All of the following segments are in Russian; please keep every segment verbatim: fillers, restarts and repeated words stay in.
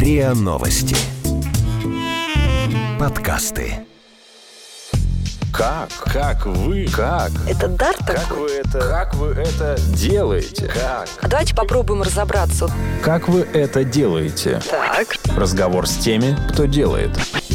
РИА Новости. Подкасты. Как? Как вы? Как? Это дар такой? Как вы это, как вы это делаете? Как? А давайте попробуем разобраться. Как вы это делаете? Так. Разговор с теми, кто делает.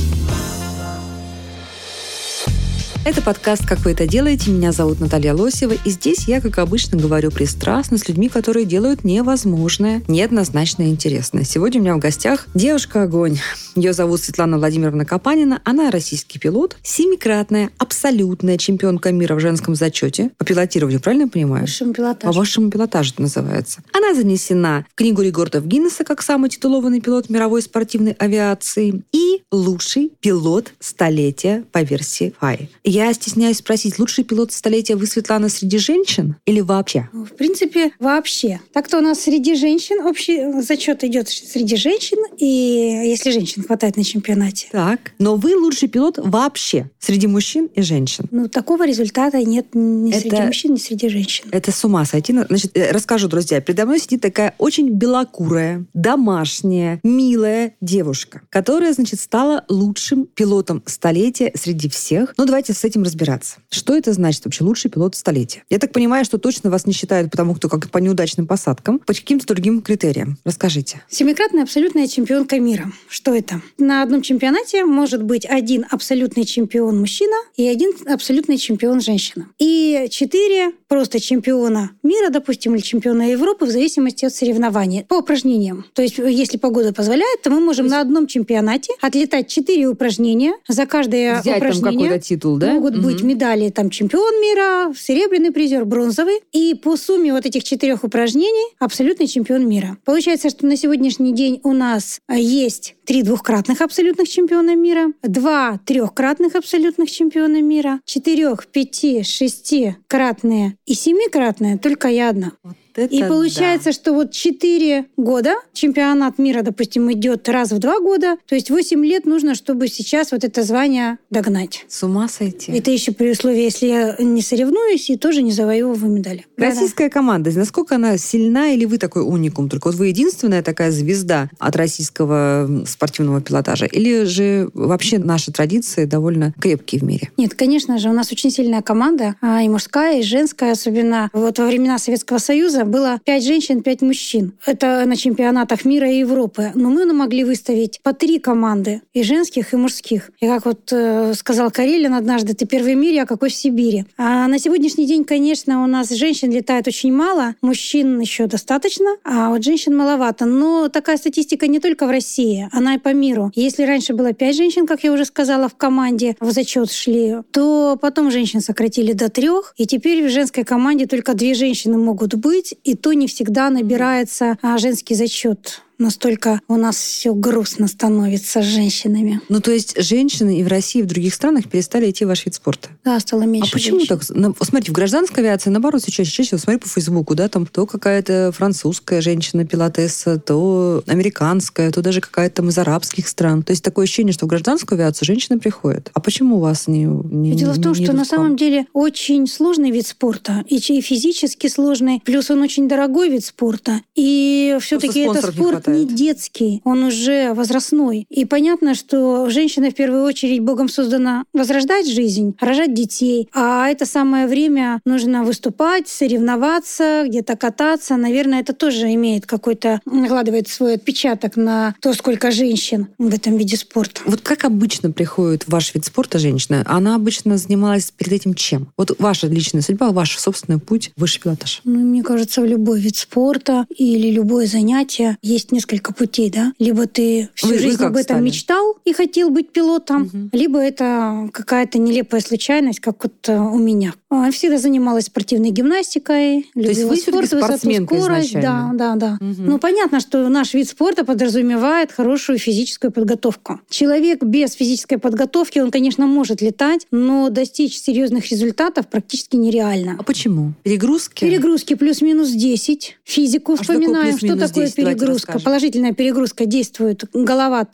Это подкаст «Как вы это делаете?». Меня зовут Наталья Лосева, и здесь я, как обычно, говорю пристрастно с людьми, которые делают невозможное, неоднозначно интересное. Сегодня у меня в гостях девушка-огонь. Ее зовут Светлана Владимировна Капанина. Она российский пилот, семикратная, абсолютная чемпионка мира в женском зачете. По пилотированию, правильно я понимаю? Высшему пилотажу. По высшему пилотажу это называется. Она занесена в книгу рекордов Гиннесса как самый титулованный пилот мировой спортивной авиации и лучший пилот столетия по версии ФАИ. Я стесняюсь спросить, лучший пилот столетия вы, Светлана, среди женщин или вообще? В принципе, вообще. Так-то у нас среди женщин общий зачет идет среди женщин, и если женщин хватает на чемпионате. Так. Но вы лучший пилот вообще среди мужчин и женщин. Ну, такого результата нет ни Это... среди мужчин, ни среди женщин. Это с ума сойти. Значит, расскажу, друзья. Передо мной сидит такая очень белокурая, домашняя, милая девушка, которая, значит, стала лучшим пилотом столетия среди всех. Ну, давайте с этим разбираться. Что это значит вообще лучший пилот столетия? Я так понимаю, что точно вас не считают потому, кто как по неудачным посадкам, по каким-то другим критериям. Расскажите. Семикратная абсолютная чемпионка мира. Что это? На одном чемпионате может быть один абсолютный чемпион мужчина и один абсолютный чемпион женщина. И четыре просто чемпиона мира, допустим, или чемпиона Европы в зависимости от соревнования по упражнениям. То есть, если погода позволяет, то мы можем на одном чемпионате отлетать четыре упражнения. За каждое Взять упражнение там какой-то титул, да? могут быть Угу. медали там чемпион мира, серебряный призер, бронзовый. И по сумме вот этих четырех упражнений абсолютный чемпион мира. Получается, что на сегодняшний день у нас есть три двухкратных абсолютных чемпиона мира, два трехкратных абсолютных чемпиона мира, четырех, пяти, шестикратные и семикратные, только я одна. Это И получается, да. что вот четыре года чемпионат мира, допустим, идет раз в два года, то есть восемь лет нужно, чтобы сейчас вот это звание догнать. С ума сойти. Это еще при условии, если я не соревнуюсь и тоже не завоевываю медали. Российская команда, насколько она сильна, или вы такой уникум? Только вот вы единственная такая звезда от российского спортивного пилотажа? Или же вообще наши традиции довольно крепкие в мире? Нет, конечно же, у нас очень сильная команда, и мужская, и женская, особенно вот во времена Советского Союза было пять женщин, пять мужчин. Это на чемпионатах мира и Европы. Но мы могли выставить по три команды, и женских, и мужских. И как вот э, сказал Карелин однажды, ты первый в мире, а какой в Сибири. А на сегодняшний день, конечно, у нас женщин летает очень мало, мужчин еще достаточно, а вот женщин маловато. Но такая статистика не только в России, она и по миру. Если раньше было пять женщин, как я уже сказала, в команде в зачет шли, то потом женщин сократили до трех, и теперь в женской команде только две женщины могут быть, и то не всегда набирается женский зачет. Настолько у нас все грустно становится с женщинами. Ну, то есть женщины и в России, и в других странах перестали идти в ваш вид спорта? Да, стало меньше. А почему женщин. так? Ну, смотрите, в гражданской авиации, наоборот, сейчас чаще, смотри по Фейсбуку, да, там то какая-то французская женщина-пилотесса, то американская, то даже какая-то там из арабских стран. То есть такое ощущение, что в гражданскую авиацию женщины приходят. А почему у вас не, не Дело в том, не что идут на к вам? самом деле очень сложный вид спорта, и и физически сложный, плюс он очень дорогой вид спорта, и все-таки это спонсоров не спорт не хватает. детский. Он уже возрастной. И понятно, что женщина в первую очередь Богом создана возрождать жизнь, рожать детей. А это самое время нужно выступать, соревноваться, где-то кататься. Наверное, это тоже имеет какой-то, накладывает свой отпечаток на то, сколько женщин в этом виде спорта. Вот как обычно приходит в ваш вид спорта женщина? Она обычно занималась перед этим чем? Вот ваша личная судьба, ваш собственный путь, высший пилотаж. Ну, мне кажется, в любой вид спорта или любое занятие есть несколько путей, да? Либо ты всю Вы- вы жизнь как об этом стали? мечтал и хотел быть пилотом, Мгм. либо это какая-то нелепая случайность, как вот э, у меня. А, Всегда занималась спортивной гимнастикой, любила есть вы спорт, всё-таки высоту, спортсменка скорость. изначально? Да, да, да. Мгм. Ну, понятно, что наш вид спорта подразумевает хорошую физическую подготовку. Человек без физической подготовки, он, конечно, может летать, но достичь серьезных результатов практически нереально. А почему? Перегрузки? Перегрузки плюс-минус десять. Физику А что такое вспоминаем. Что плюс-минус такое десять? Давайте перегрузка? расскажем. Положительная перегрузка действует голова-таз,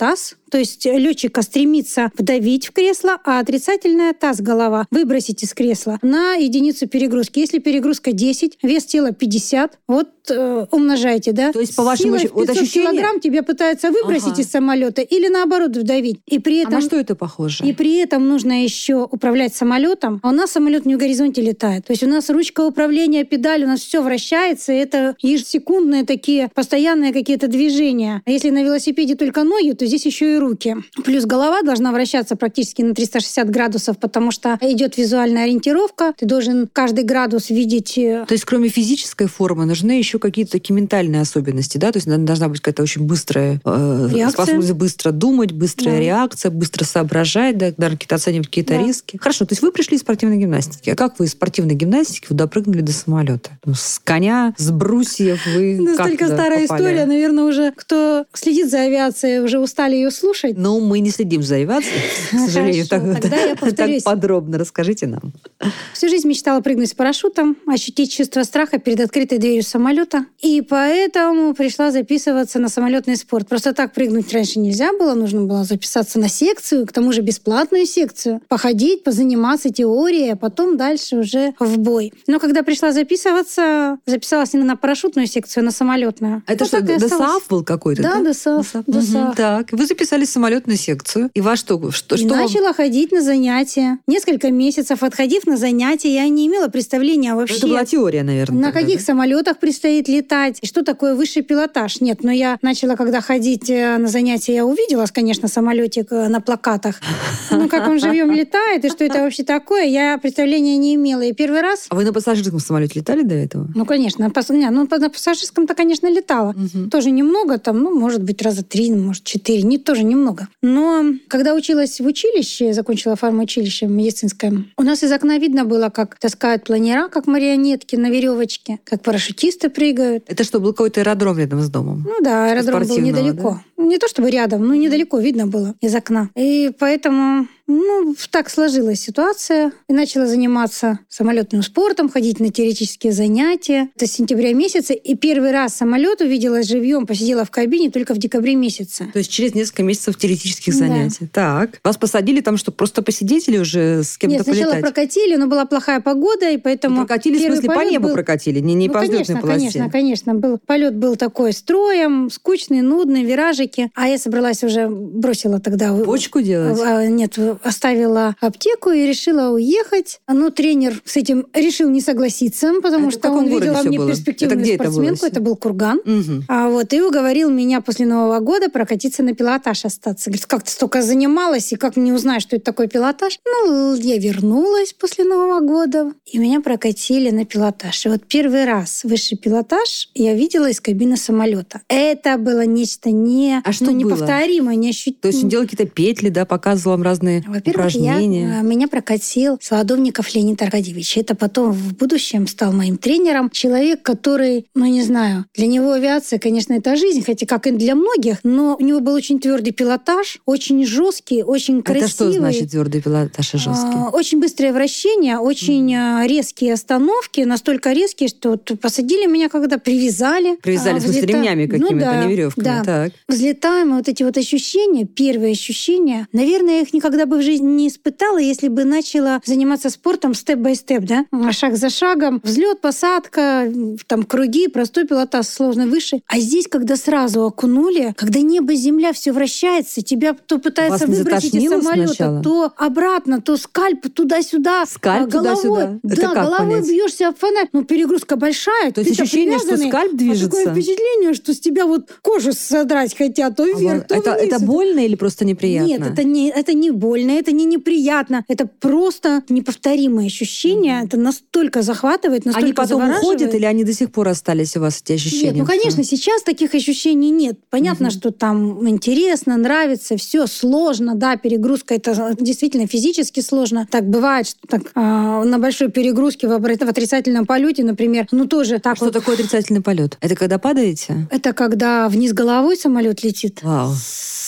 То есть летчика стремится вдавить в кресло, а отрицательная таз, голова, выбросить из кресла на единицу перегрузки. Если перегрузка десять, вес тела пятьдесят, вот э, умножайте, да? То есть, по вашему Силой в вот пятьсот ощущение... килограмм тебя пытаются выбросить Ага. из самолета или наоборот вдавить. И при этом... А на что это похоже? И при этом нужно еще управлять самолетом. А у нас самолет не в горизонте летает. То есть у нас ручка управления, педаль, у нас все вращается. И это ежесекундные такие постоянные какие-то движения. А если на велосипеде только ноги, то здесь еще и руки. Плюс голова должна вращаться практически на триста шестьдесят градусов, потому что идет визуальная ориентировка. Ты должен каждый градус видеть. То есть кроме физической формы нужны еще какие-то такие ментальные особенности, да? То есть должна быть какая-то очень быстрая э, способность быстро думать, быстрая да. реакция, быстро соображать, да, даже какие-то оценивать какие-то да. риски. Хорошо, то есть вы пришли из спортивной гимнастики. А как вы из спортивной гимнастики вы допрыгнули до самолета? С коня, с брусьев вы Настолько старая попали? История, наверное, уже кто следит за авиацией, уже устали ее слушать. Но мы не следим за авиацией, к сожалению, так, так подробно. Расскажите нам. Всю жизнь мечтала прыгнуть с парашютом, ощутить чувство страха перед открытой дверью самолета. И поэтому пришла записываться на самолетный спорт. Просто так прыгнуть раньше нельзя было, нужно было записаться на секцию, к тому же бесплатную секцию, походить, позаниматься теорией, а потом дальше уже в бой. Но когда пришла записываться, записалась не на парашютную секцию, а на самолетную. А это что, ДОСААФ был какой-то? Да, да? ДОСААФ. Угу. Так, вы записались в самолетную секцию. И во что? что, и что начала вам... ходить на занятия. Несколько месяцев отходив на занятия, я не имела представления вообще. Это была теория, наверное. На тогда, каких да? самолетах предстоит летать, и что такое высший пилотаж. Нет, но я начала, когда ходить на занятия, я увидела, конечно, самолетик на плакатах. Ну, как он живьем летает, и что это вообще такое, я представления не имела. И первый раз... А вы на пассажирском самолете летали до этого? Ну, конечно. На, пас... не, ну, на пассажирском-то, конечно, летала. Угу. Тоже немного, там, ну, может быть, раза три, может, четыре. Не, тоже немного. Но когда училась в училище, закончила фармучилище медицинское, у нас из окна видно было, как таскают планера, как марионетки на веревочке, как парашютисты прыгают. Это что, был какой-то аэродром рядом с домом? Ну да, аэродром был недалеко. Да? Не то чтобы рядом, но недалеко видно было из окна. И поэтому... Ну, так сложилась ситуация. И начала заниматься самолетным спортом, ходить на теоретические занятия. Это с сентября месяца. И первый раз самолет увидела живьем, посидела в кабине только в декабре месяце. То есть через несколько месяцев теоретических занятий. Да. Так. Вас посадили там, чтобы просто посидеть или уже с кем-то Нет, полетать? сначала прокатили, но была плохая погода, и поэтому... Ну, прокатили, в смысле, по небу был... прокатили, не, не ну, по конечно, взлетной полосе? Конечно, конечно. Был... Полет был такой строем, скучный, нудный, виражики. А я собралась уже, бросила тогда... Почку делать? А, нет, оставила аптеку и решила уехать. Но тренер с этим решил не согласиться, потому это что он видел во мне было? перспективную это спортсменку. Это, это был Курган. Угу. А вот, и уговорил меня после Нового года прокатиться на пилотаж остаться. Говорит, как ты столько занималась, и как не узнаешь, что это такой пилотаж? Ну, я вернулась после Нового года, и меня прокатили на пилотаж. И вот первый раз высший пилотаж я видела из кабины самолета. Это было нечто не, а что ну, неповторимое, неощутимое. То есть он делал какие-то петли, да, показывал вам разные Во-первых, упражнения? Я, меня прокатил Солодовников Леонид Аркадьевич. Это потом в будущем стал моим тренером. Человек, который, ну не знаю, для него авиация, конечно, это жизнь, хотя как и для многих, но у него был очень твердый пилотаж, очень жесткий, очень красивый. Это что значит твердый пилотаж и жесткий? А, очень быстрое вращение, очень mm. резкие остановки, настолько резкие, что вот посадили меня, когда привязали. Привязали, а, в смысле, ремнями какими-то, ну, да, не веревками. Да. Так. Взлетаем, и вот эти вот ощущения, первые ощущения, наверное, я их никогда бы в жизни не испытала, если бы начала заниматься спортом степ-бай-степ, да, шаг за шагом, взлет, посадка, там круги, простой пилотаж, сложно выше. А здесь, когда сразу окунули, когда небо, земля, все вращается, тебя то пытается выбросить из самолета, сначала? То обратно, то скальп туда-сюда, скальп головой, туда-сюда. Да, головой бьешься об фонарь. Ну, перегрузка большая. То есть ощущение, что скальп движется. А такое впечатление, что с тебя вот кожу содрать хотят, то вверх, а то это, вниз. Это больно или просто неприятно? Нет, это не, это не больно, это не неприятно. Это просто неповторимое ощущение. Mm-hmm. Это настолько захватывает, настолько Они потом уходят или они до сих пор остались у вас, эти ощущения? Нет, ну, конечно, сейчас таких ощущений нет. Понятно, mm-hmm. что там интересно, нравится, все сложно, да, перегрузка, это действительно физически сложно. Так бывает, что так, э, на большой перегрузке в, в отрицательном полете, например, ну тоже так. Что вот... такое отрицательный полет? Это когда падаете? Это когда вниз головой самолет летит. Вау.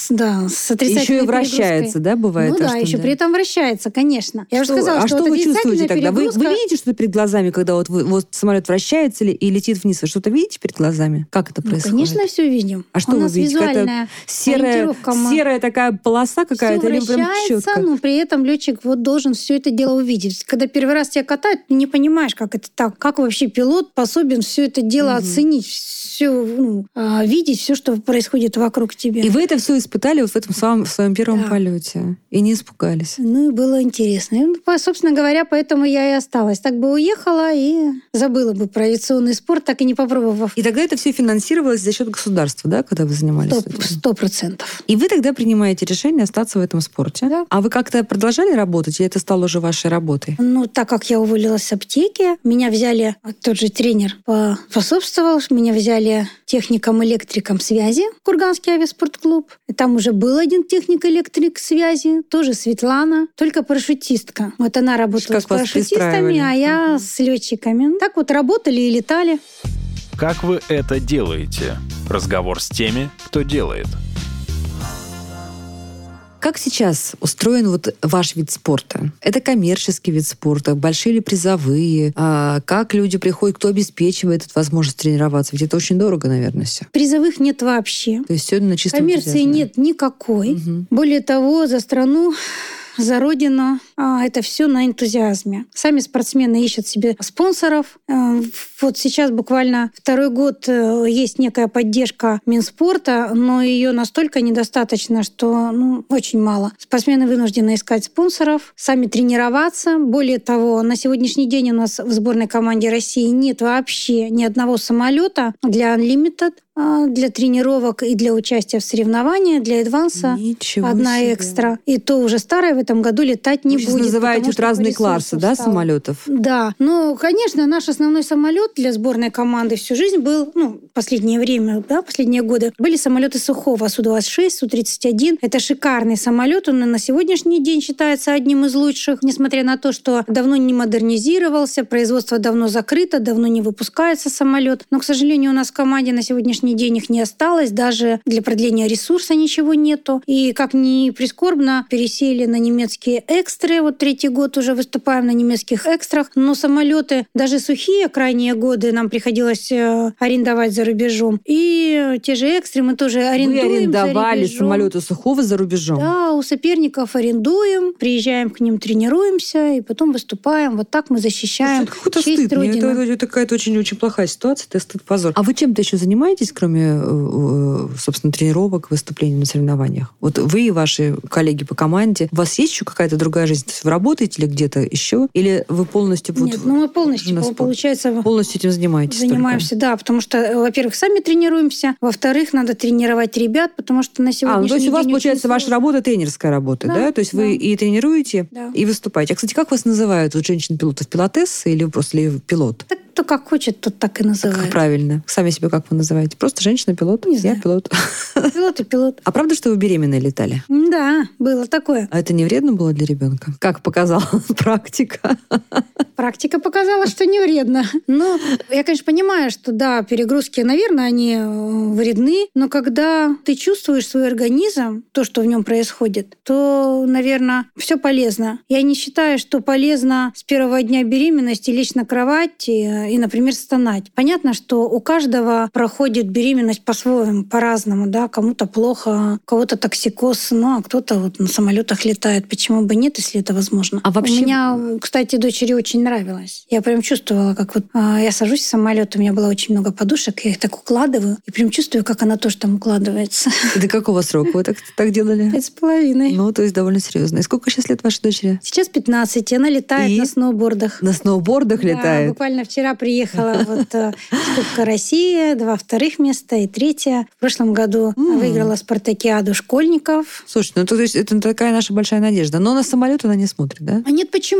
с, да, с отрицательной Еще и вращается, да, бывает? Ну то, да, что, еще да. при этом вращается, конечно. Я Что- уже сказала, а что, что вот вы чувствуете отрицательная тогда? Вы, перегрузка... вы видите что-то перед глазами, когда вот, вы, вот самолет вращается ли и летит вниз? Вы что-то видите перед глазами? Как это Ну, происходит? конечно, все видим. А что У вы нас видите? Какая-то визуальная серая, ориентировка. Мы- серая такая полоса какая-то? Все Или прям вращается, четко? но при этом летчик вот должен все это дело увидеть. Когда первый раз тебя катают, ты не понимаешь, как это так. Как вообще пилот способен все это дело Мгм. оценить, все ну, а, видеть, все, что происходит вокруг тебя. И вы это все испытали вот в этом своем, в своем первом Да. полете? И не испугались? Ну, и было интересно. И, ну, по- собственно говоря, поэтому я и осталась. Так бы уехала и забыла бы про авиационный спорт, так и не попробовав. И тогда это все финансировалось за счет государства, да, когда вы занимались Сто- этим? Сто процентов. И вы тогда принимаете решение остаться в этом спорте? Да. А вы как-то продолжали работать, или это стало уже вашей работой? Ну, так как я уволилась с аптеки, меня взяли, тот же тренер по- способствовал, меня взяли техником-электриком связи в Курганский авиаспортклуб. И там уже был один техник-электрик связи, тоже Светлана, только парашютистка. Вот она работала Как с вас пристраивали. парашютистами, а я с летчиками. Так вот работали и летали. Как вы это делаете? Разговор с теми, кто делает. Как сейчас устроен вот ваш вид спорта? Это коммерческий вид спорта, большие ли призовые? А как люди приходят, кто обеспечивает эту возможность тренироваться? Ведь это очень дорого, наверное, все. Призовых нет вообще. То есть все на чистом Коммерции энтузиазме. нет никакой. Мгм. Более того, за страну, за родину а, это все на энтузиазме. Сами спортсмены ищут себе спонсоров. А, Вот сейчас буквально второй год э, есть некая поддержка Минспорта, но ее настолько недостаточно, что ну, очень мало. Спортсмены вынуждены искать спонсоров, сами тренироваться. Более того, на сегодняшний день у нас в сборной команде России нет вообще ни одного самолета для Unlimited, а, для тренировок и для участия в соревнованиях, для Эдванса. Ничего Одна себе. экстра. И то уже старая в этом году летать не Вы сейчас будет. называете потому вот что разные по ресурсам классы, да, стало. самолетов? Да. Ну, конечно, наш основной самолет для сборной команды всю жизнь был, ну, последнее время, да, последние годы, были самолеты Сухого, Су двадцать шесть, Су тридцать один. Это шикарный самолет, он и на сегодняшний день считается одним из лучших, несмотря на то, что давно не модернизировался, производство давно закрыто, давно не выпускается самолет. Но, к сожалению, у нас в команде на сегодняшний день их не осталось, даже для продления ресурса ничего нету. И, как ни прискорбно, пересели на немецкие экстры. Вот третий год уже выступаем на немецких экстрах. Но самолеты, даже сухие крайние годы, нам приходилось э, арендовать за рубежом. И те же экстры мы тоже арендуем Вы арендовали за рубежом. самолеты Сухого за рубежом? Да, у соперников арендуем, приезжаем к ним, тренируемся, и потом выступаем. Вот так мы защищаем Это какой-то честь стыд. Мне Родины. Это, это какая-то очень-очень плохая ситуация, это стыд, позор. А вы чем-то еще занимаетесь, кроме, э, э, собственно, тренировок, выступлений на соревнованиях? Вот вы и ваши коллеги по команде, у вас есть еще какая-то другая жизнь? То есть вы работаете или где-то еще? Или вы полностью... вот Нет, ну мы полностью, на спорт? получается, полностью этим занимаетесь? занимаемся, да, потому что, во-первых, сами тренируемся, во-вторых, надо тренировать ребят, потому что на А, сегодняшний ну то есть у вас, день получается, очень ваша сложно. работа тренерская работа, да? Да, То есть да. вы и тренируете, Да. и выступаете. А, кстати, как вас называют вот женщин-пилотов? Пилотесса или просто ли пилот? Так, кто как хочет, тот так и Как называет. правильно? Сами себя как вы называете? Просто женщина-пилот? Не Я знаю. пилот. Пилот и пилот. А правда, что вы беременной летали? Да, было такое. А это не вредно было для ребенка? Как показала практика? Практика показала, что не вредно. Но я, конечно, понимаю, что да, перегрузки, наверное, они э, вредны, но когда ты чувствуешь свой организм, то, что в нем происходит, то, наверное, все полезно. Я не считаю, что полезно с первого дня беременности лечь на кровать и, и, например, стонать. Понятно, что у каждого проходит беременность по-своему, по-разному, да, кому-то плохо, у кого-то токсикоз, ну, а кто-то вот на самолетах летает. Почему бы нет, если это возможно? А вообще- У меня, кстати, дочери очень нравилось. Я прям чувствовала, как вот а, я сажусь в самолет, у меня было очень много подушек, я их так укладываю, и прям чувствую, как она тоже там укладывается. И до какого срока вы так, так делали? Пять с половиной. Ну, то есть довольно серьезно. И сколько сейчас лет вашей дочери? Сейчас пятнадцать, и она летает И? на сноубордах. На сноубордах Да, летает? буквально вчера приехала вот э, Кубка России, два вторых места и третье. В прошлом году М. выиграла спартакиаду школьников. Слушай, ну то есть это такая наша большая надежда. Но на самолет она не смотрит, да? А нет, почему?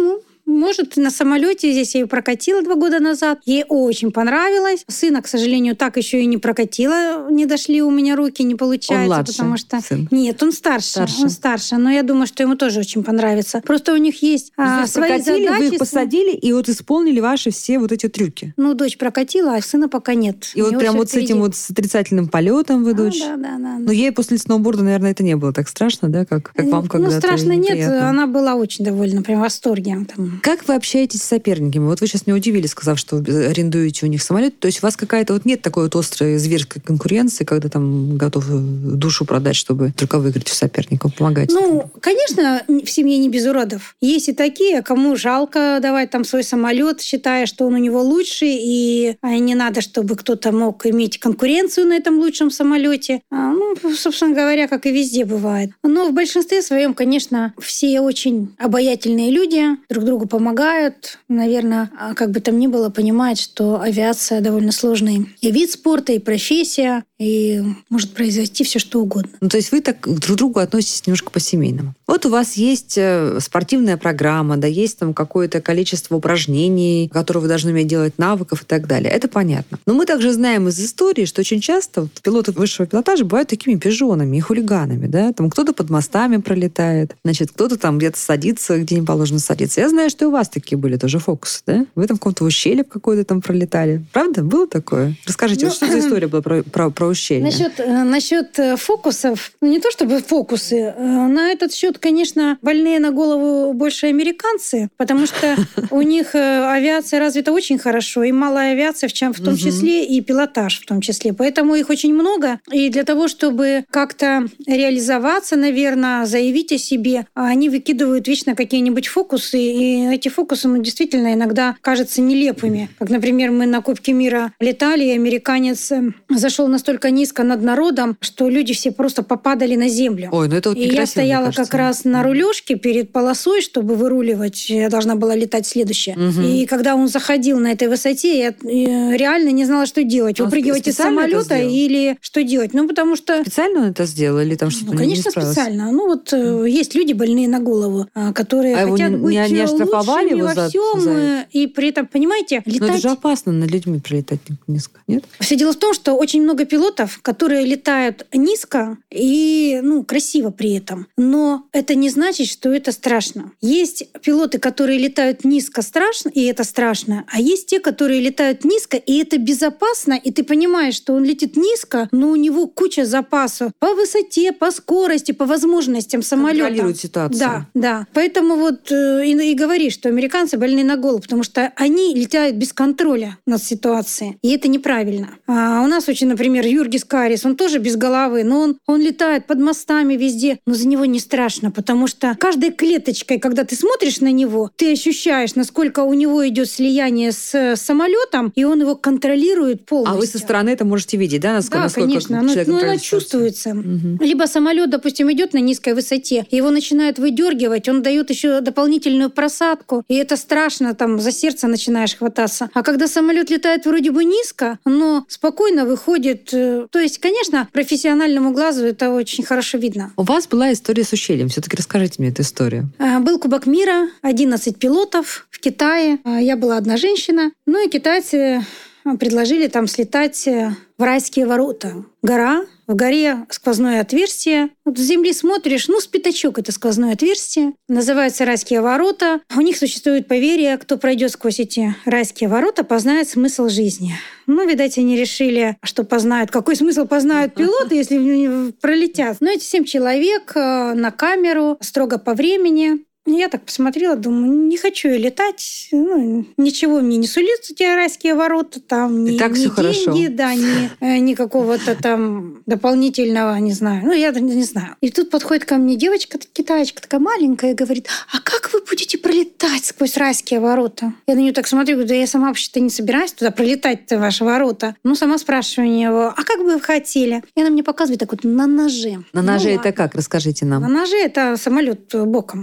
может, на самолете. Здесь я ее прокатила два года назад. Ей очень понравилось. Сына, к сожалению, так еще и не прокатила. Не дошли у меня руки, не получается. Он младше, потому что... сын? Нет, он старше, старше. Он старше. Но я думаю, что ему тоже очень понравится. Просто у них есть а, свои прокатили, задачи. Вы их посадили и вот исполнили ваши все вот эти трюки. Ну, дочь прокатила, а сына пока нет. И вот прям вот с этим вот с отрицательным полетом вы, а, дочь. Да, да, да, да. Но ей после сноуборда, наверное, это не было так страшно, да, как, как вам когда-то? Ну, страшно нет. Неприятно. Она была очень довольна, прям в восторге. Там. Как вы общаетесь с соперниками? Вот вы сейчас меня удивили, сказав, что арендуете у них самолет. То есть у вас какая-то вот нет такой вот острой зверской конкуренции, когда там готовы душу продать, чтобы только выиграть у соперников, помогать? Ну, конечно, в семье не без уродов. Есть и такие, кому жалко давать там свой самолет, считая, что он у него лучший, и не надо, чтобы кто-то мог иметь конкуренцию на этом лучшем самолете. Ну, собственно говоря, как и везде бывает. Но в большинстве своем, конечно, все очень обаятельные люди, друг другу помогают. Наверное, как бы там ни было, понимают, что авиация довольно сложный и вид спорта, и профессия, и может произойти все что угодно. Ну, то есть вы так друг к другу относитесь немножко по-семейному. Вот у вас есть спортивная программа, да, есть там какое-то количество упражнений, которые вы должны уметь делать, навыков и так далее. Это понятно. Но мы также знаем из истории, что очень часто пилоты высшего пилотажа бывают такими пижонами и хулиганами, да, там кто-то под мостами пролетает, значит, кто-то там где-то садится, где не положено садиться. Я знаю, что и у вас такие были тоже фокусы, да? Вы там в каком-то ущелье какое-то там пролетали. Правда? Было такое? Расскажите, ну, вот что за история была про, про, про ущелье? Насчет, насчет фокусов, ну не то чтобы фокусы, на этот счет, конечно, больные на голову больше американцы, потому что у них авиация развита очень хорошо, и малая авиация в том числе, и пилотаж в том числе. Поэтому их очень много, и для того, чтобы как-то реализоваться, наверное, заявить о себе, они выкидывают вечно какие-нибудь фокусы, и эти фокусы, ну, действительно иногда кажутся нелепыми. Как, например, мы на Кубке мира летали, и американец зашел настолько низко над народом, что люди все просто попадали на землю. Ой, ну это вот и я стояла как раз на рулежке перед полосой, чтобы выруливать. Я должна была летать следующее. Угу. И когда он заходил на этой высоте, я реально не знала, что делать. Он Выпрыгивать из самолета или что делать. Ну, потому что... Специально он это сделал или там что-то ну, конечно, не специально. Ну, вот mm. есть люди больные на голову, которые а хотят не, быть не, не оштрафовали лучшими его во за, всем. за... И при этом, понимаете, летать... Но это же опасно над людьми прилетать низко, нет? Все дело в том, что очень много пилотов, которые летают низко и ну, красиво при этом. Но это не значит, что это страшно. Есть пилоты, которые летают низко страшно, и это страшно. А есть те, которые летают низко, и это безопасно, и ты понимаешь, что он летит низко, но у него куча запасов по высоте, по скорости, по возможностям самолета. Контролирует ситуацию. Да, да. Поэтому вот э, и, и говори, что американцы больны на голову, потому что они летают без контроля над ситуацией, и это неправильно. А у нас очень, например, Юргис Карис, он тоже без головы, но он, он летает под мостами везде, но за него не страшно, потому что каждой клеточкой, когда ты смотришь на него, ты ощущаешь, насколько у него идет слияние с самолетом, и он его контролирует полностью. А вы со стороны это можете видеть, да, насколько, да, насколько конечно, оно, ну, оно чувствуется. Угу. Либо самолет, допустим, идет на низкой высоте, его начинают выдергивать, он дает еще дополнительную просадку, и это страшно, там за сердце начинаешь хвататься. А когда самолет летает вроде бы низко, но спокойно выходит, то есть, конечно, профессиональному глазу это очень хорошо видно. У вас была история с ущельем, все-таки расскажите мне эту историю. Был Кубок мира, одиннадцать пилотов в Китае, я была одна женщина, ну и китайцы предложили там слетать в райские ворота. Гора, в горе сквозное отверстие. Вот с земли смотришь, ну, с пятачок это сквозное отверстие. Называются райские ворота. У них существует поверье, кто пройдет сквозь эти райские ворота, познает смысл жизни. Ну, видать, они решили, что познают. Какой смысл познают пилоты, если пролетят? Но эти семь человек на камеру, строго по времени. Я так посмотрела, думаю, не хочу я летать, ну, ничего мне не сулит эти райские ворота, там ни, так ни все деньги, хорошо. да, ни, э, ни какого-то там дополнительного, не знаю, ну, я не знаю. И тут подходит ко мне девочка, китаечка такая маленькая, и говорит, а как вы будете пролетать сквозь райские ворота? Я на нее так смотрю, говорю, да я сама вообще-то не собираюсь туда пролетать-то, ваши ворота. Ну, сама спрашиваю у нее, а как бы вы хотели? И она мне показывает так вот на ноже. На ноже ну, это как? Расскажите нам. На ноже это самолет боком. Боком.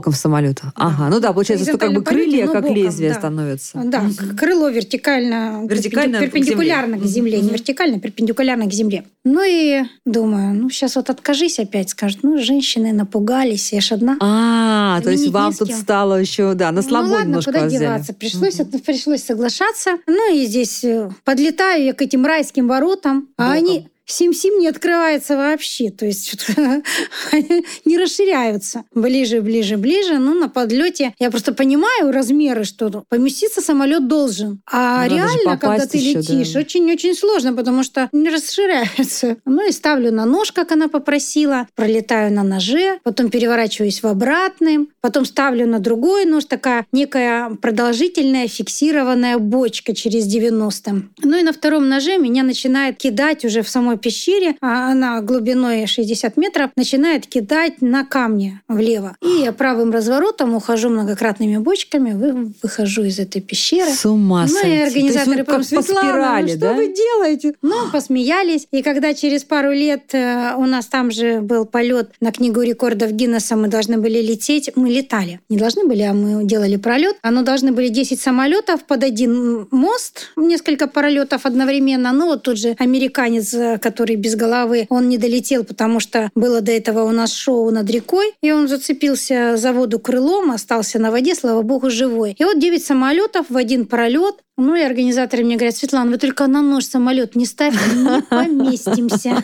боком самолета. Ага, ну да, получается, что как бы крылья как боком, лезвие да. становятся. Да, угу. Крыло вертикально, вертикально перпендикулярно к земле, к земле угу. не вертикально, перпендикулярно к земле. Ну и думаю, ну сейчас вот откажись опять, скажут, ну женщины напугались, я ж одна. А, то есть вам тут стало еще, да, на слабо ну, ладно, немножко куда взяли. деваться? Пришлось, угу. пришлось соглашаться. Ну и здесь подлетаю я к этим райским воротам, а они... Сим-сим не открывается вообще, то есть они не расширяются. Ближе, ближе, ближе. Ну, на подлете я просто понимаю размеры, что поместиться самолет должен. А ну, реально, когда ты еще, летишь, да. очень-очень сложно, потому что не расширяется. Ну и ставлю на нож, как она попросила, пролетаю на ноже, потом переворачиваюсь в обратный, потом ставлю на другой нож, такая некая продолжительная фиксированная бочка через девяносто. Ну и на втором ноже меня начинает кидать уже в самой пещере, а она глубиной шестьдесят метров, начинает кидать на камни влево. И я правым разворотом ухожу многократными бочками, вы, выхожу из этой пещеры. С ума сойти. Ну и организаторы прям Светлана, спирали, ну что да? вы делаете? Ну, посмеялись. И когда через пару лет у нас там же был полет на книгу рекордов Гиннесса, мы должны были лететь, мы летали. Не должны были, а мы делали пролет. Оно должны были десять самолетов под один мост, несколько пролетов одновременно. Ну вот тут же американец, который без головы, он не долетел, потому что было до этого у нас шоу над рекой, и он зацепился за воду крылом, остался на воде, слава богу, живой. И вот девять самолетов в один пролет. Ну и организаторы мне говорят: Светлана, вы только на нож самолет не ставьте, не поместимся.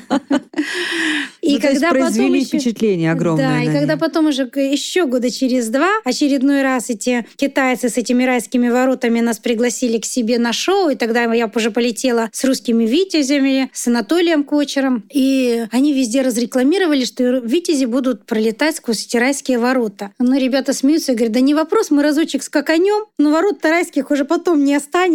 И когда произвели впечатление огромное. Да, и когда потом уже еще года через два очередной раз эти китайцы с этими райскими воротами нас пригласили к себе на шоу, и тогда я уже полетела с русскими витязями, с Анатолием Кочером, и они везде разрекламировали, что витязи будут пролетать сквозь эти райские ворота. Ну, ребята смеются и говорят: да не вопрос, мы разочек скаканем, но ворот-то райских уже потом не останется.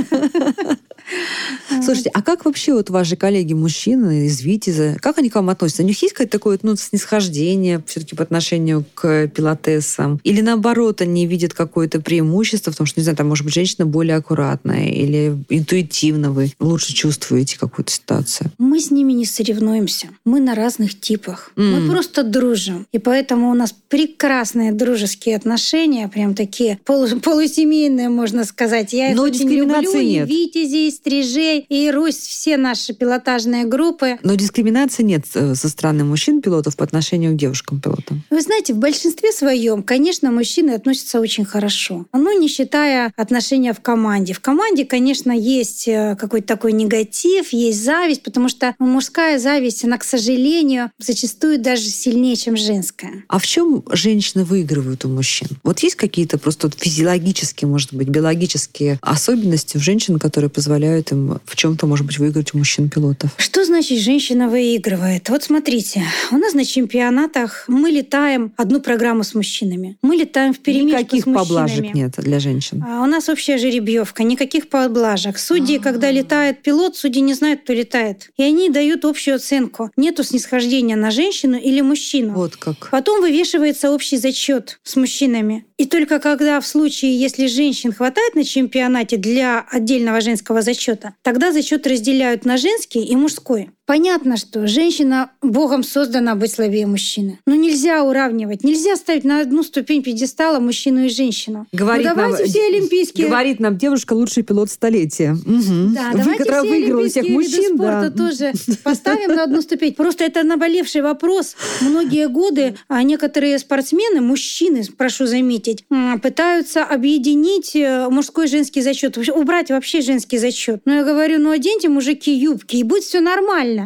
Слушайте, а как вообще вот ваши коллеги-мужчины из Витязя, как они к вам относятся? У них есть какое-то такое ну, снисхождение все-таки по отношению к пилотессам? Или наоборот, они видят какое-то преимущество в том, что, не знаю, там, может быть, женщина более аккуратная или интуитивно вы лучше чувствуете какую-то ситуацию? Мы с ними не соревнуемся. Мы на разных типах. Mm. Мы просто дружим. И поэтому у нас прекрасные дружеские отношения, прям такие полу- полусемейные, можно сказать. Я их Но очень люблю. Нет. И Витязи, и Стрижей, и Русь, все наши пилотажные группы. Но дискриминации нет со стороны мужчин-пилотов по отношению к девушкам-пилотам? Вы знаете, в большинстве своем, конечно, мужчины относятся очень хорошо. Но не считая отношения в команде. В команде, конечно, есть какой-то такой негатив, есть зависть, потому что мужская зависть, она, к сожалению, зачастую даже сильнее, чем женская. А в чем женщины выигрывают у мужчин? Вот есть какие-то просто вот физиологические, может быть, биологические особенности в женщин, которые позволяют им в чем-то, может быть, выиграть у мужчин-пилотов? Что значит женщина выигрывает? Вот смотрите, у нас на чемпионатах мы летаем одну программу с мужчинами. Мы летаем вперемешку никаких с мужчинами. поблажек нет для женщин? А у нас общая жеребьевка, никаких поблажек. Судьи, А-а-а. когда летает пилот, судьи не знают, кто летает. И они дают общую оценку. Нету снисхождения на женщину или мужчину. Вот как. Потом вывешивается общий зачет с мужчинами. И только когда в случае, если женщин хватает на чемпионате для отдельного женского зачета, тогда зачет разделяют на женский и мужской. Понятно, что женщина Богом создана быть слабее мужчины. Но нельзя уравнивать, нельзя ставить на одну ступень пьедестала мужчину и женщину. Говорит ну, давайте нам, все олимпийские... Говорит нам девушка, лучший пилот столетия. Угу. Да, Вы, давайте все олимпийские всех мужчин, виды спорта да. тоже поставим на одну ступень. Просто это наболевший вопрос. Многие годы а некоторые спортсмены, мужчины, прошу заметить, пытаются объединить мужской и женский зачет, убрать вообще женский зачет. Но я говорю, ну оденьте, мужики, юбки, и будет все нормально.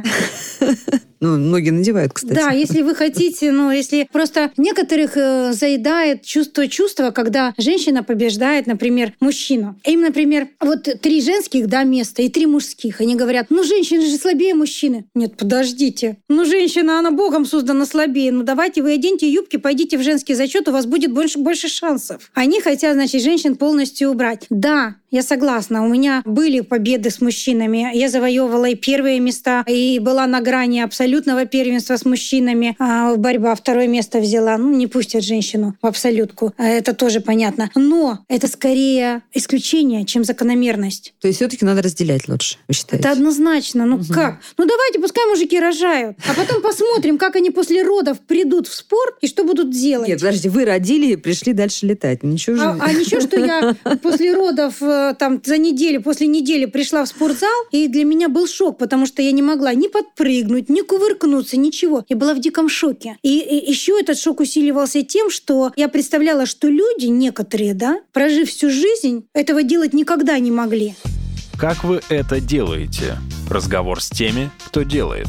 Ну, многие надевают, кстати. Да, если вы хотите, ну, если просто некоторых э, заедает чувство чувства, когда женщина побеждает, например, мужчину. Им, например, вот три женских, да, места и три мужских. Они говорят, ну, женщины же слабее мужчины. Нет, подождите. Ну, женщина, она Богом создана слабее. Ну, давайте вы оденьте юбки, пойдите в женский зачет, у вас будет больше, больше шансов. Они хотят, значит, женщин полностью убрать. Да, я согласна. У меня были победы с мужчинами. Я завоевывала и первые места, и была на грани абсолютного первенства с мужчинами. А борьба второе место взяла. Ну, не пустят женщину в абсолютку. Это тоже понятно. Но это скорее исключение, чем закономерность. То есть все-таки надо разделять лучше, вы считаете? Это однозначно. Ну угу. как? Ну давайте, пускай мужики рожают, а потом посмотрим, как они после родов придут в спорт и что будут делать. Нет, подождите, вы родили и пришли дальше летать. Ничего же... А, а ничего, что я после родов там за неделю, после недели пришла в спортзал, и для меня был шок, потому что я не могла ни подпрыгнуть, ни кувыркнуться, ничего. Я была в диком шоке. И, и еще этот шок усиливался тем, что я представляла, что люди, некоторые, да, прожив всю жизнь, этого делать никогда не могли. Как вы это делаете? Разговор с теми, кто делает.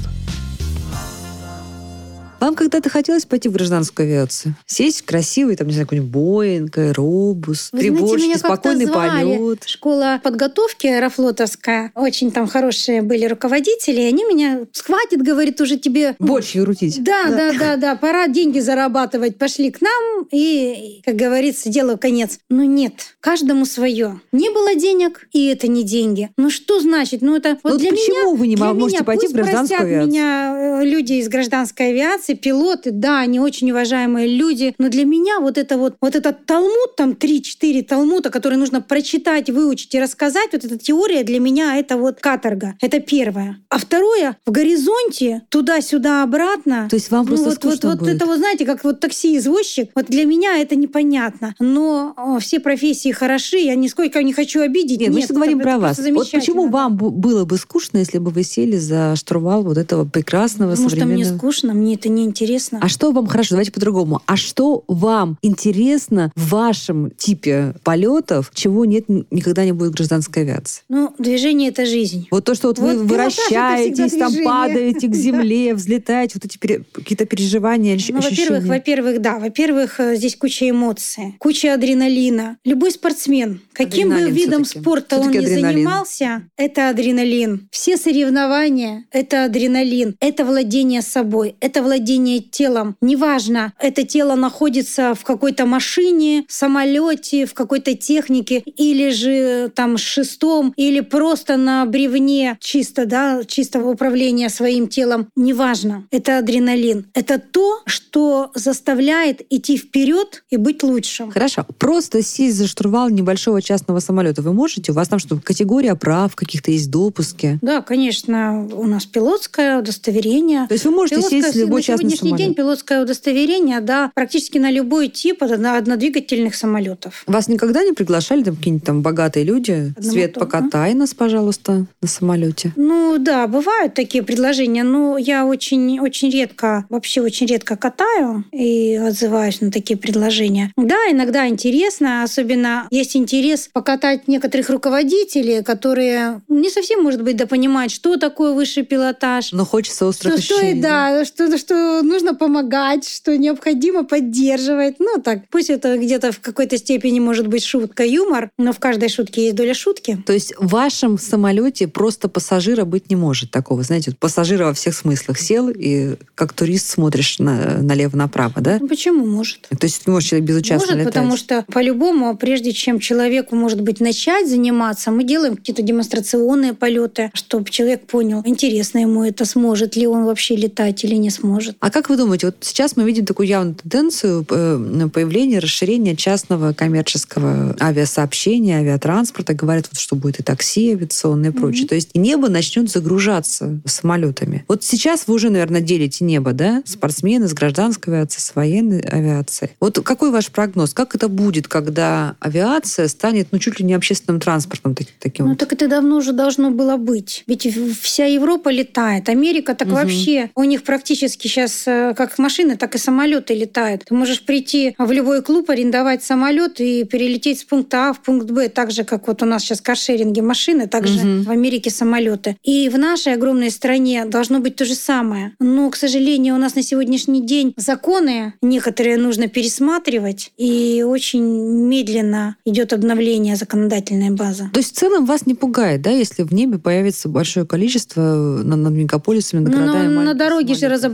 Вам когда-то хотелось пойти в гражданскую авиацию? Сесть в красивый, там, не знаю, какой-нибудь Боинг, Аэробус, Вы три знаете, бочки, меня спокойный полет. Школа подготовки аэрофлотовская. Очень там хорошие были руководители. И они меня схватят, говорит, уже тебе... Борщ крутить. Да, да, да, да, да. Пора деньги зарабатывать. Пошли к нам. И, как говорится, делу конец. Но нет. Каждому свое. Не было денег, и это не деньги. Ну что значит? Ну это... Вот ну, для почему меня, вы не для можете меня, пойти в гражданскую авиацию? Меня люди из гражданской авиации, пилоты, да, они очень уважаемые люди, но для меня вот это вот, вот этот талмуд, там три-четыре талмуда, которые нужно прочитать, выучить и рассказать, вот эта теория для меня это вот каторга. Это первое. А второе, в горизонте туда-сюда обратно. То есть вам просто ну, вот, скучно вот, будет? вот это вот, знаете, как вот такси-извозчик, вот для меня это непонятно. Но о, все профессии хороши, я нисколько не хочу обидеть. Нет, Нет, мы сейчас говорим это, про это вас. Вот почему вам было бы скучно, если бы вы сели за штурвал вот этого прекрасного Потому современного... что мне скучно, мне это неинтересно. А что вам, хорошо, давайте по-другому. А что вам интересно в вашем типе полетов, чего нет никогда не будет в гражданской авиации? Ну, движение — это жизнь. Вот то, что вот, вот вы вращаетесь, там падаете к земле, взлетаете, вот эти пере... какие-то переживания, ну, ощущения. Во-первых, во-первых, да. Во-первых, здесь куча эмоций, куча адреналина. Любой спортсмен, каким адреналин бы видом все-таки. спорта все-таки он ни занимался, это адреналин. Все соревнования — это адреналин. Это владение собой, это владение телом. Неважно, это тело находится в какой-то машине, самолете, в какой-то технике, или же там шестом, или просто на бревне чисто, да, чистого управления своим телом. Неважно. Это адреналин. Это то, что заставляет идти вперед и быть лучшим. Хорошо. Просто сесть за штурвал небольшого частного самолета вы можете? У вас там что, категория прав, каких-то есть допуски? Да, конечно. У нас пилотское удостоверение. То есть вы можете Пилотское, сесть в любой частный самолет? На сегодняшний день пилотское удостоверение, да, практически на любой тип однодвигательных самолетов. Вас никогда не приглашали там какие-нибудь там богатые люди? Одномотор, Свет, покатай а? нас, пожалуйста, на самолете. Ну да, бывают такие предложения, но я очень, очень редко, вообще очень редко катаю и отзываюсь на такие предложения. Да, иногда интересно, особенно есть интерес покатать некоторых руководителей, которые не совсем, может быть, да понимают, что такое высший пилотаж. Но хочется острых что ощущений. Стоит, да, что, что нужно помогать, что необходимо поддерживать. Ну так, пусть это где-то в какой-то степени может быть шутка, юмор, но в каждой шутке есть доля шутки. То есть в вашем самолете просто пассажира быть не может такого, знаете, пассажира во всех смыслах сел и как турист смотришь на, налево-направо, да? Ну, почему может? То есть не может человек безучастно может, летать? Потому что по-любому, прежде чем человеку, может быть, начать заниматься, мы делаем какие-то демонстрационные полеты, чтобы человек понял, интересно ему это, сможет ли он вообще летать или не сможет. А как вы думаете, вот сейчас мы видим такую явную тенденцию появления, расширения частного коммерческого авиасообщения, авиатранспорта. Говорят, вот, что будет и такси авиационное и прочее. Mm-hmm. То есть небо начнет загружаться самолетами. Вот сейчас вы уже, наверное, делите небо, да? Спортсмены с гражданской авиацией, с военной авиацией. Вот какой ваш прогноз? Как это будет, когда авиация станет, ну, чуть ли не общественным транспортом таким? Ну, вот? так это давно уже должно было быть. Ведь вся Европа летает. Америка так угу. вообще. У них практически сейчас как машины, так и самолеты летают. Ты можешь прийти в любой клуб, арендовать самолет и перелететь с пункта А в пункт Б. Так же, как вот у нас сейчас каршеринги машины, так же угу. в Америке самолеты. И в нашей огромной стране должно быть то же самое. Но, к сожалению, у нас на сегодняшний день законы некоторые нужно пересматривать, и очень медленно идет обновление законодательной базы. То есть в целом вас не пугает, да, если в небе появится большое количество над, над мегаполисами, над ну, городами? На дороге же разобрались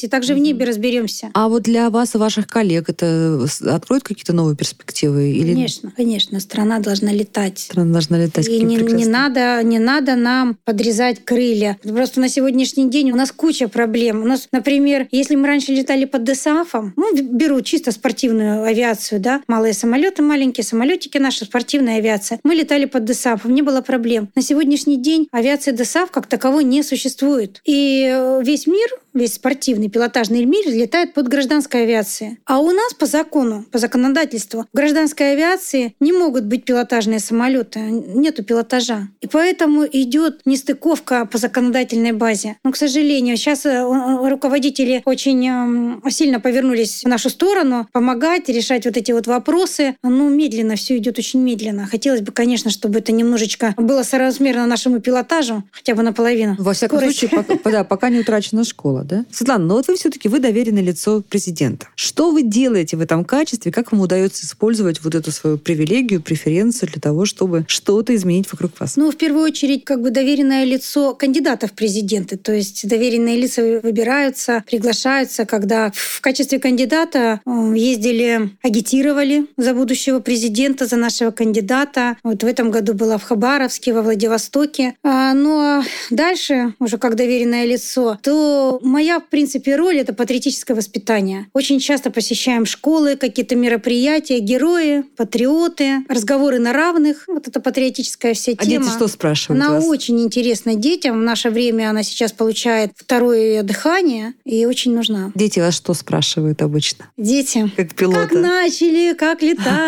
возможности, также mm-hmm. в небе разберемся. А вот для вас и ваших коллег это откроет какие-то новые перспективы? Или... Конечно, конечно. Страна должна летать. Страна должна летать. И не, не, надо, не надо нам подрезать крылья. Просто на сегодняшний день у нас куча проблем. У нас, например, если мы раньше летали под ДСАФом, ну, беру чисто спортивную авиацию, да, малые самолеты, маленькие самолетики, наша спортивная авиация. Мы летали под ДСАФом, не было проблем. На сегодняшний день авиации ДСАФ как таковой не существует. И весь мир, весь спортивный пилотажный мир летает под гражданской авиацией. А у нас по закону, по законодательству, в гражданской авиации не могут быть пилотажные самолеты, нету пилотажа. И поэтому идет нестыковка по законодательной базе. Но, к сожалению, сейчас руководители очень сильно повернулись в нашу сторону, помогать, решать вот эти вот вопросы. Ну, медленно, все идет очень медленно. Хотелось бы, конечно, чтобы это немножечко было соразмерно нашему пилотажу, хотя бы наполовину. Во всяком Скорость. случае, пока, да, пока не утрачена школа, да? Светлана, но вот вы все-таки вы доверенное лицо президента. Что вы делаете в этом качестве? Как вам удается использовать вот эту свою привилегию, преференцию для того, чтобы что-то изменить вокруг вас? Ну, в первую очередь, как бы доверенное лицо кандидатов в президенты. То есть доверенные лица выбираются, приглашаются, когда в качестве кандидата ездили, агитировали за будущего президента, за нашего кандидата. Вот в этом году была в Хабаровске, во Владивостоке. Ну а дальше, уже как доверенное лицо, то моя, в принципе, роль — это патриотическое воспитание. Очень часто посещаем школы, какие-то мероприятия, герои, патриоты, разговоры на равных. Вот это патриотическая вся тема. А дети что спрашивают Она вас? очень интересна детям. В наше время она сейчас получает второе дыхание и очень нужна. Дети вас что спрашивают обычно? Дети. Как пилота. Как начали, как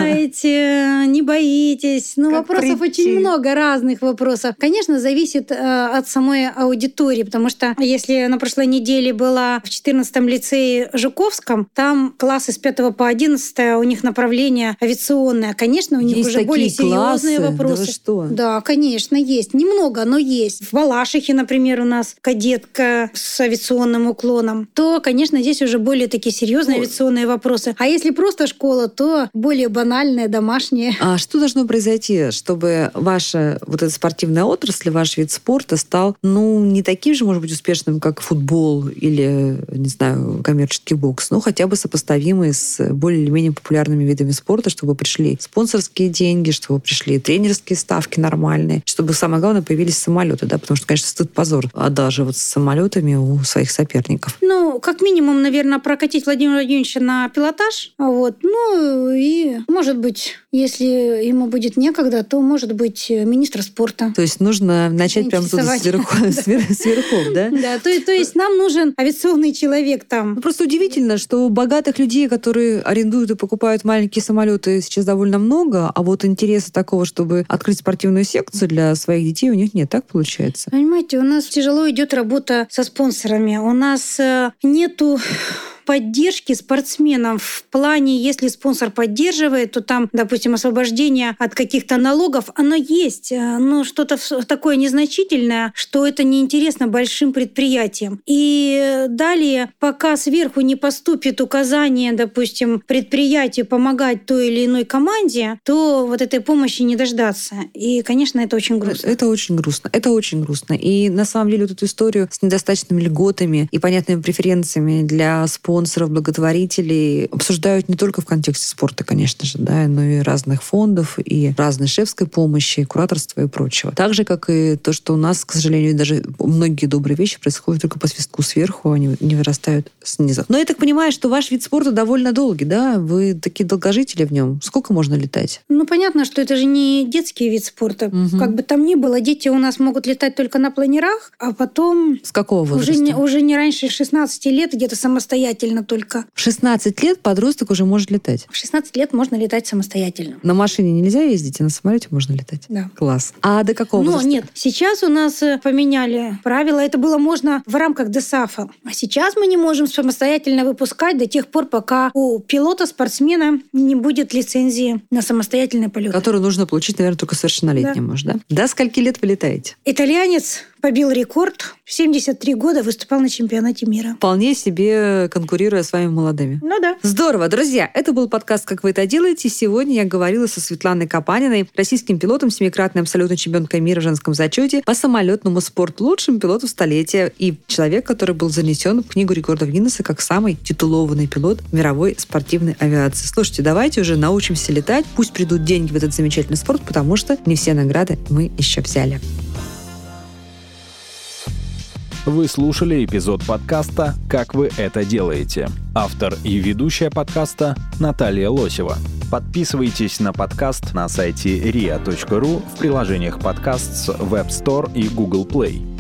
летаете, не боитесь? Ну, Как вопросов прийти? очень много, разных вопросов. Конечно, зависит э, от самой аудитории, потому что если на прошлой неделе была в четырнадцатом лицее Жуковском, там классы с пятого по одиннадцатое, у них направление авиационное. Конечно, у них Есть уже более такие серьезные классы? вопросы. Да вы что? Да, конечно, есть. Немного, но есть. В Балашихе, например, у нас кадетка с авиационным уклоном. То, конечно, здесь уже более такие серьезные Ой. авиационные вопросы. А если просто школа, то более банальная, домашняя. А что должно произойти, чтобы ваша вот эта спортивная отрасль, ваш вид спорта стал, ну, не таким же, может быть, успешным, как футбол или, не знаю, коммерческий бокс, но хотя бы сопоставимый с более или менее популярными видами спорта, чтобы пришли спонсорские деньги, чтобы пришли тренерские ставки нормальные, чтобы, самое главное, появились самолеты, да, потому что, конечно, стыд-позор одалживаться с самолетами у своих соперников. Ну, как минимум, наверное, прокатить Владимира Владимировича на пилотаж. Вот. Ну, и, может быть, если ему будет некогда, то, может быть, министра спорта. То есть нужно начать прямо тут сверху, сверху, да? Да, то, то есть нам нужен авиационный человек там. Ну, просто удивительно, что у богатых людей, которые арендуют и покупают маленькие самолеты, сейчас довольно много, а вот интереса такого, чтобы открыть спортивную секцию для своих детей, у них нет. Так получается? Понимаете, у нас тяжело идет работа со спонсорами. У нас э, нету поддержки спортсменам в плане, если спонсор поддерживает, то там, допустим, освобождение от каких-то налогов, оно есть, но что-то такое незначительное, что это неинтересно большим предприятиям. И далее, пока сверху не поступит указание, допустим, предприятию помогать той или иной команде, то вот этой помощи не дождаться. И, конечно, это очень грустно. Это очень грустно. Это очень грустно. И на самом деле вот эту историю с недостаточными льготами и понятными преференциями для спонсоров, спонсоров, благотворителей обсуждают не только в контексте спорта, конечно же, да, но и разных фондов, и разной шефской помощи, и кураторства и прочего. Так же, как и то, что у нас, к сожалению, даже многие добрые вещи происходят только по свистку сверху, они не вырастают снизу. Но я так понимаю, что ваш вид спорта довольно долгий, да? Вы такие долгожители в нем. Сколько можно летать? Ну, понятно, что это же не детский вид спорта. Угу. Как бы там ни было, дети у нас могут летать только на планерах, а потом... С какого возраста? Уже не, уже не раньше шестнадцати лет, где-то самостоятельно только. В шестнадцать лет подросток уже может летать? В шестнадцать лет можно летать самостоятельно. На машине нельзя ездить, а на самолете можно летать? Да. Класс. А до какого Но возраста? нет, сейчас у нас поменяли правила. Это было можно в рамках ДСАФа. А сейчас мы не можем самостоятельно выпускать до тех пор, пока у пилота, спортсмена не будет лицензии на самостоятельный полет. Которую нужно получить, наверное, только совершеннолетним, да. может, да? До скольки лет вы летаете? Итальянец побил рекорд. В семьдесят три года выступал на чемпионате мира. Вполне себе конкурент конкурируя с вами молодыми. Ну да. Здорово, друзья. Это был подкаст «Как вы это делаете». Сегодня я говорила со Светланой Капаниной, российским пилотом, семикратной абсолютной чемпионкой мира в женском зачете по самолетному спорту, лучшим пилотом столетия и человек, который был занесен в Книгу рекордов Гиннесса как самый титулованный пилот мировой спортивной авиации. Слушайте, давайте уже научимся летать, пусть придут деньги в этот замечательный спорт, потому что не все награды мы еще взяли. Вы слушали эпизод подкаста «Как вы это делаете». Автор и ведущая подкаста Наталья Лосева. Подписывайтесь на подкаст на сайте риа точка ру, в приложениях подкаст с Web Store и Google Play.